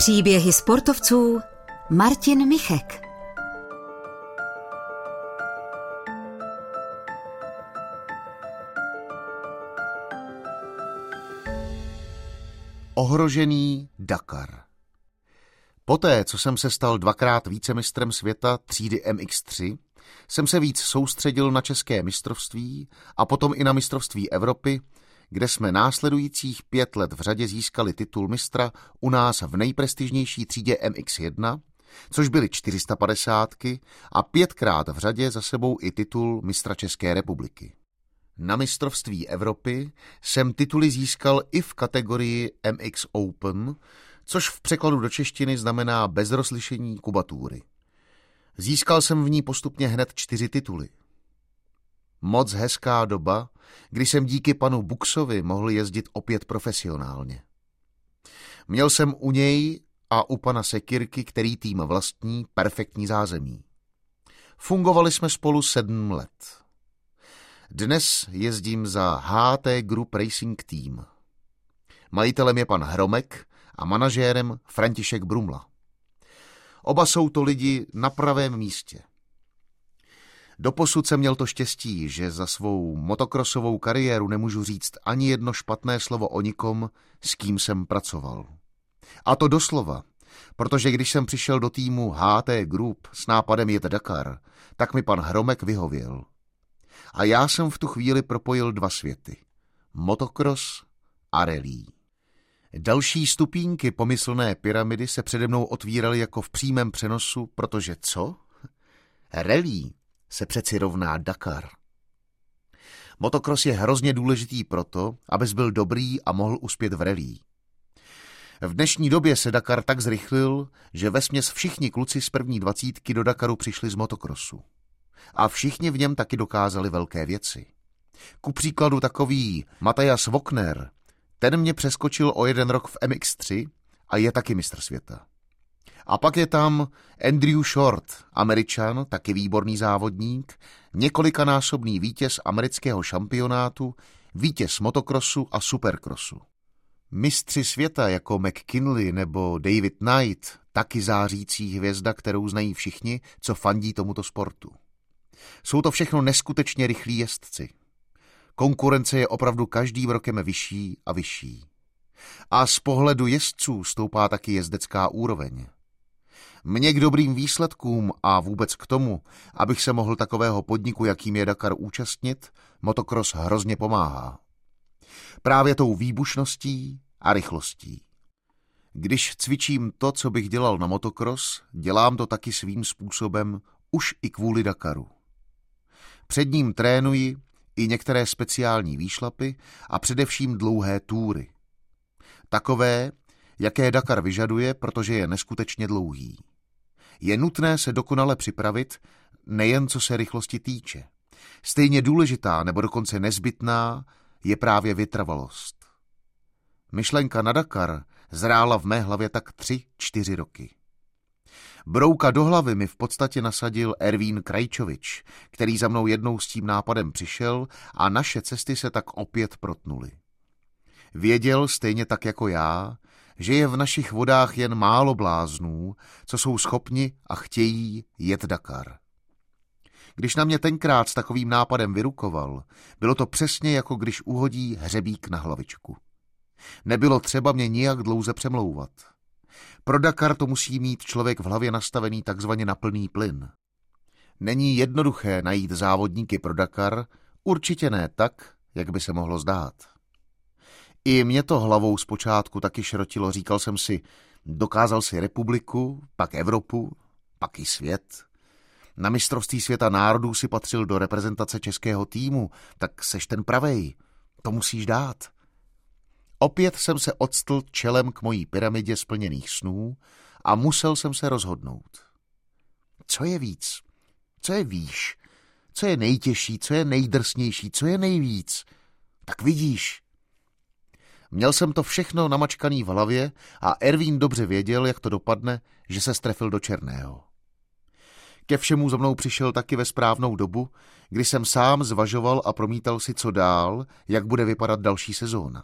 Příběhy sportovců Martin Michek. Ohrožený Dakar. Poté, co jsem se stal dvakrát vícemistrem světa třídy MX3, jsem se víc soustředil na české mistrovství a potom i na mistrovství Evropy, kde jsme následujících 5 let v řadě získali titul mistra u nás v nejprestižnější třídě MX1, což byly 450 a 5krát v řadě za sebou i titul mistra České republiky. Na mistrovství Evropy jsem tituly získal i v kategorii MX Open, což v překladu do češtiny znamená bez rozlišení kubatury. Získal jsem v ní postupně hned 4 tituly. Moc hezká doba, kdy jsem díky panu Buxovi mohl jezdit opět profesionálně. Měl jsem u něj a u pana Sekirky, který tým vlastní, perfektní zázemí. Fungovali jsme spolu 7 let. Dnes jezdím za HT Group Racing Team. Majitelem je pan Hromek a manažérem František Brumla. Oba jsou to lidi na pravém místě. Doposud jsem měl to štěstí, že za svou motokrosovou kariéru nemůžu říct ani jedno špatné slovo o nikom, s kým jsem pracoval. A to doslova, protože když jsem přišel do týmu HT Group s nápadem jet Dakar, tak mi pan Hromek vyhověl. A já jsem v tu chvíli propojil 2 světy. Motokros a rally. Další stupínky pomyslné pyramidy se přede mnou otvíraly jako v přímém přenosu, protože co? Rally se přeci rovná Dakar. Motokros je hrozně důležitý proto, abys byl dobrý a mohl uspět v rally. V dnešní době se Dakar tak zrychlil, že vesměs všichni kluci z první 20 do Dakaru přišli z motokrosu. A všichni v něm taky dokázali velké věci. Ku příkladu takový Matthias Wokner, ten mě přeskočil o 1 rok v MX3 a je taky mistr světa. A pak je tam Andrew Short, Američan, taky výborný závodník, několikanásobný vítěz amerického šampionátu, vítěz motokrosu a superkrosu. Mistři světa jako McKinley nebo David Knight, taky zářící hvězda, kterou znají všichni, co fandí tomuto sportu. Jsou to všechno neskutečně rychlí jezdci. Konkurence je opravdu každým rokem vyšší a vyšší. A z pohledu jezdců stoupá taky jezdecká úroveň. Mně k dobrým výsledkům a vůbec k tomu, abych se mohl takového podniku, jakým je Dakar, účastnit, motokros hrozně pomáhá. Právě tou výbušností a rychlostí. Když cvičím to, co bych dělal na motokros, dělám to taky svým způsobem už i kvůli Dakaru. Před ním trénuji i některé speciální výšlapy a především dlouhé túry. Takové, jaké Dakar vyžaduje, protože je neskutečně dlouhý. Je nutné se dokonale připravit, nejen co se rychlosti týče. Stejně důležitá nebo dokonce nezbytná je právě vytrvalost. Myšlenka na Dakar zrála v mé hlavě tak 3-4 roky. Brouka do hlavy mi v podstatě nasadil Ervín Krajčovič, který za mnou jednou s tím nápadem přišel a naše cesty se tak opět protnuly. Věděl stejně tak jako já, že je v našich vodách jen málo bláznů, co jsou schopni a chtějí jet Dakar. Když na mě tenkrát s takovým nápadem vyrukoval, bylo to přesně jako když uhodí hřebík na hlavičku. Nebylo třeba mě nijak dlouze přemlouvat. Pro Dakar to musí mít člověk v hlavě nastavený takzvaně na plný plyn. Není jednoduché najít závodníky pro Dakar, určitě ne tak, jak by se mohlo zdát. I mě to hlavou zpočátku taky šrotilo, říkal jsem si, dokázal si republiku, pak Evropu, pak i svět. Na mistrovství světa národů si patřil do reprezentace českého týmu, tak seš ten pravej, to musíš dát. Opět jsem se odstl čelem k mojí pyramidě splněných snů a musel jsem se rozhodnout. Co je víc? Co je výš? Co je nejtěžší? Co je nejdrsnější? Co je nejvíc? Tak vidíš. Měl jsem to všechno namačkaný v hlavě a Ervín dobře věděl, jak to dopadne, že se strefil do černého. Ke všemu za mnou přišel taky ve správnou dobu, kdy jsem sám zvažoval a promítal si, co dál, jak bude vypadat další sezóna.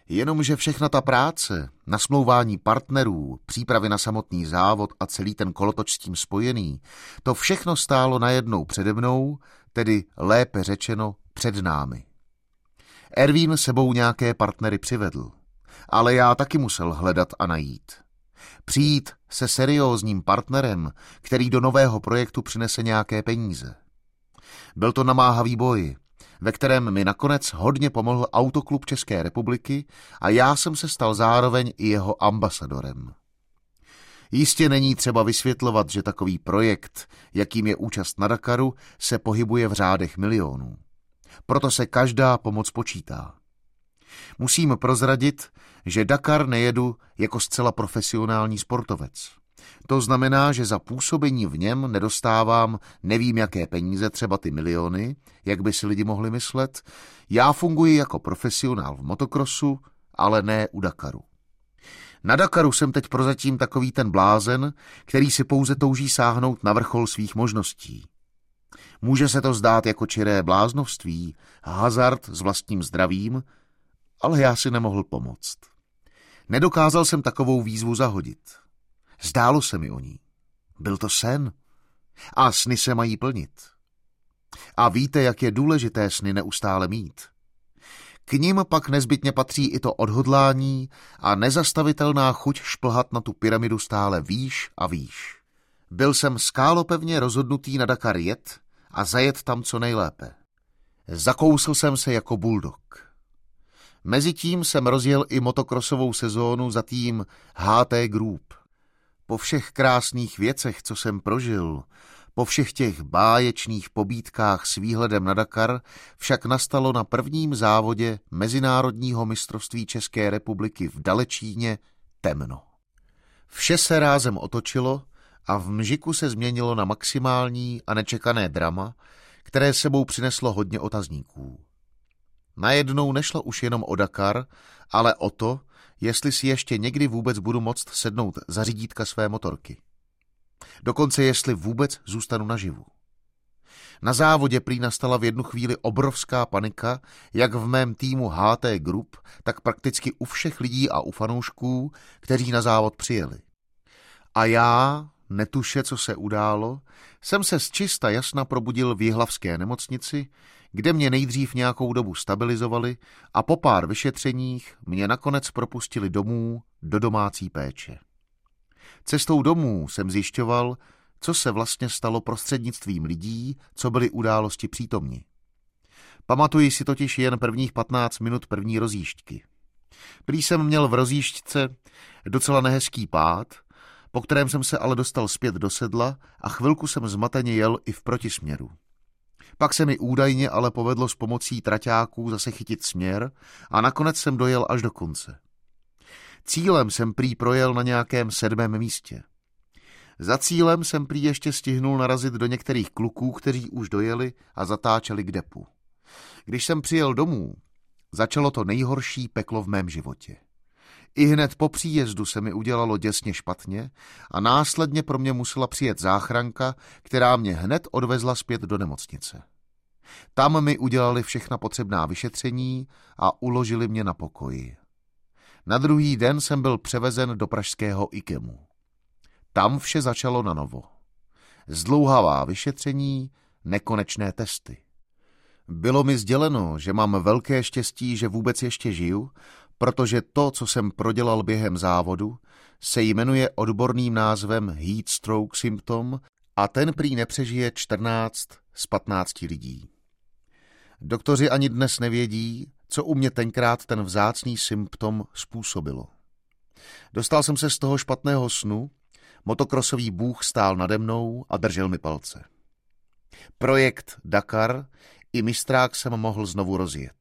Jenomže všechna ta práce, nasmlouvání partnerů, přípravy na samotný závod a celý ten kolotoč s tím spojený, to všechno stálo najednou přede mnou, tedy lépe řečeno před námi. Ervín sebou nějaké partnery přivedl, ale já taky musel hledat a najít. Přijít se seriózním partnerem, který do nového projektu přinese nějaké peníze. Byl to namáhavý boj, ve kterém mi nakonec hodně pomohl Autoklub České republiky a já jsem se stal zároveň i jeho ambasadorem. Jistě není třeba vysvětlovat, že takový projekt, jakým je účast na Dakaru, se pohybuje v řádech milionů. Proto se každá pomoc počítá. Musím prozradit, že Dakar nejedu jako zcela profesionální sportovec. To znamená, že za působení v něm nedostávám nevím jaké peníze, třeba ty miliony, jak by si lidi mohli myslet. Já funguji jako profesionál v motokrosu, ale ne u Dakaru. Na Dakaru jsem teď prozatím takový ten blázen, který si pouze touží sáhnout na vrchol svých možností. Může se to zdát jako čiré bláznovství, hazard s vlastním zdravím, ale já si nemohl pomoct. Nedokázal jsem takovou výzvu zahodit. Zdálo se mi o ní. Byl to sen. A sny se mají plnit. A víte, jak je důležité sny neustále mít. K nim pak nezbytně patří i to odhodlání a nezastavitelná chuť šplhat na tu pyramidu stále výš a výš. Byl jsem skálopevně rozhodnutý na Dakar jet a zajet tam co nejlépe. Zakousl jsem se jako buldog. Mezitím jsem rozjel i motokrosovou sezónu za tým HT Group. Po všech krásných věcech, co jsem prožil, po všech těch báječných pobídkách s výhledem na Dakar, však nastalo na prvním závodě Mezinárodního mistrovství České republiky v Dalečíně temno. Vše se rázem otočilo a v mžiku se změnilo na maximální a nečekané drama, které sebou přineslo hodně otazníků. Najednou nešlo už jenom o Dakar, ale o to, jestli si ještě někdy vůbec budu moct sednout za řídítka své motorky. Dokonce jestli vůbec zůstanu naživu. Na závodě prý nastala v jednu chvíli obrovská panika, jak v mém týmu HT Group, tak prakticky u všech lidí a u fanoušků, kteří na závod přijeli. A já, netuše, co se událo, jsem se z čista jasna probudil v jihlavské nemocnici, kde mě nejdřív nějakou dobu stabilizovali a po pár vyšetřeních mě nakonec propustili domů do domácí péče. Cestou domů jsem zjišťoval, co se vlastně stalo prostřednictvím lidí, co byli události přítomni. Pamatuji si totiž jen prvních 15 minut první rozjížďky. Prý jsem měl v rozjížďce docela nehezký pád, po kterém jsem se ale dostal zpět do sedla a chvilku jsem zmateně jel i v protisměru. Pak se mi údajně ale povedlo s pomocí traťáků zase chytit směr a nakonec jsem dojel až do konce. Cílem jsem prý projel na nějakém 7. místě. Za cílem jsem prý ještě stihnul narazit do některých kluků, kteří už dojeli a zatáčeli k depu. Když jsem přijel domů, začalo to nejhorší peklo v mém životě. Ihned po příjezdu se mi udělalo děsně špatně a následně pro mě musela přijet záchranka, která mě hned odvezla zpět do nemocnice. Tam mi udělali všechna potřebná vyšetření a uložili mě na pokoji. Na druhý den jsem byl převezen do pražského IKEMu. Tam vše začalo na novo. Zdlouhavá vyšetření, nekonečné testy. Bylo mi sděleno, že mám velké štěstí, že vůbec ještě žiju, protože to, co jsem prodělal během závodu, se jmenuje odborným názvem Heat Stroke Symptom a ten prý nepřežije 14 z 15 lidí. Doktoři ani dnes nevědí, co u mě tenkrát ten vzácný symptom způsobilo. Dostal jsem se z toho špatného snu, motokrosový bůh stál nade mnou a držel mi palce. Projekt Dakar i mistrák jsem mohl znovu rozjet.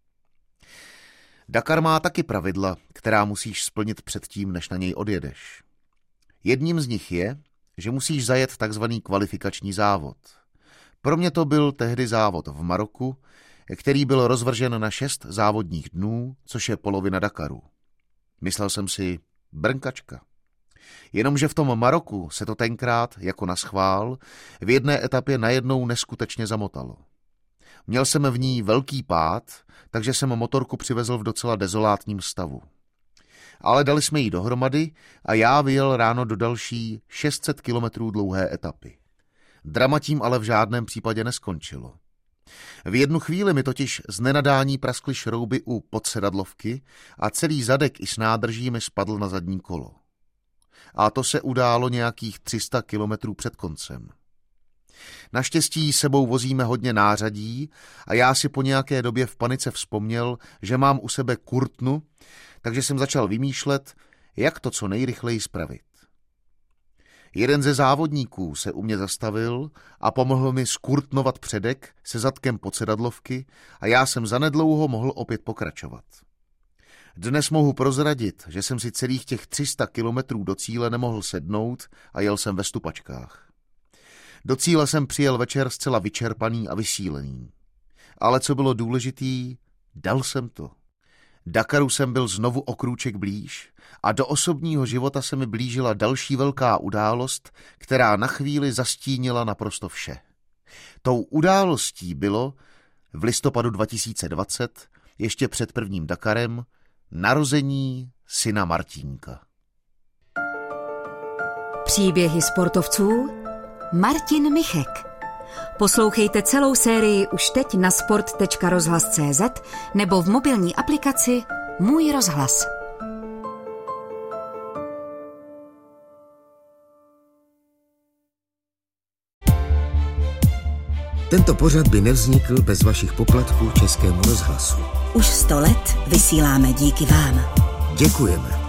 Dakar má taky pravidla, která musíš splnit předtím, než na něj odjedeš. Jedním z nich je, že musíš zajet takzvaný kvalifikační závod. Pro mě to byl tehdy závod v Maroku, který byl rozvržen na 6 závodních dnů, což je polovina Dakaru. Myslel jsem si, brnkačka. Jenomže v tom Maroku se to tenkrát, jako naschvál, v jedné etapě najednou neskutečně zamotalo. Měl jsem v ní velký pád, takže jsem motorku přivezl v docela dezolátním stavu. Ale dali jsme ji dohromady a já vyjel ráno do další 600 kilometrů dlouhé etapy. Drama tím ale v žádném případě neskončilo. V jednu chvíli mi totiž z nenadání praskly šrouby u podsedadlovky a celý zadek i s nádrží mi spadl na zadní kolo. A to se událo nějakých 300 kilometrů před koncem. Naštěstí sebou vozíme hodně nářadí a já si po nějaké době v panice vzpomněl, že mám u sebe kurtnu, takže jsem začal vymýšlet, jak to co nejrychleji spravit. Jeden ze závodníků se u mě zastavil a pomohl mi skurtnovat předek se zadkem podsedadlovky a já jsem zanedlouho mohl opět pokračovat. Dnes mohu prozradit, že jsem si celých těch 300 kilometrů do cíle nemohl sednout a jel jsem ve stupačkách. Do cíle jsem přijel večer zcela vyčerpaný a vysílený. Ale co bylo důležitý, dal jsem to. Dakaru jsem byl znovu o krůček blíž a do osobního života se mi blížila další velká událost, která na chvíli zastínila naprosto vše. Tou událostí bylo v listopadu 2020, ještě před prvním Dakarem, narození syna Martínka. Příběhy sportovců Martin Michek. Poslouchejte celou sérii už teď na sport.rozhlas.cz nebo v mobilní aplikaci Můj rozhlas. Tento pořad by nevznikl bez vašich poplatků Českému rozhlasu. Už 100 let vysíláme díky vám. Děkujeme.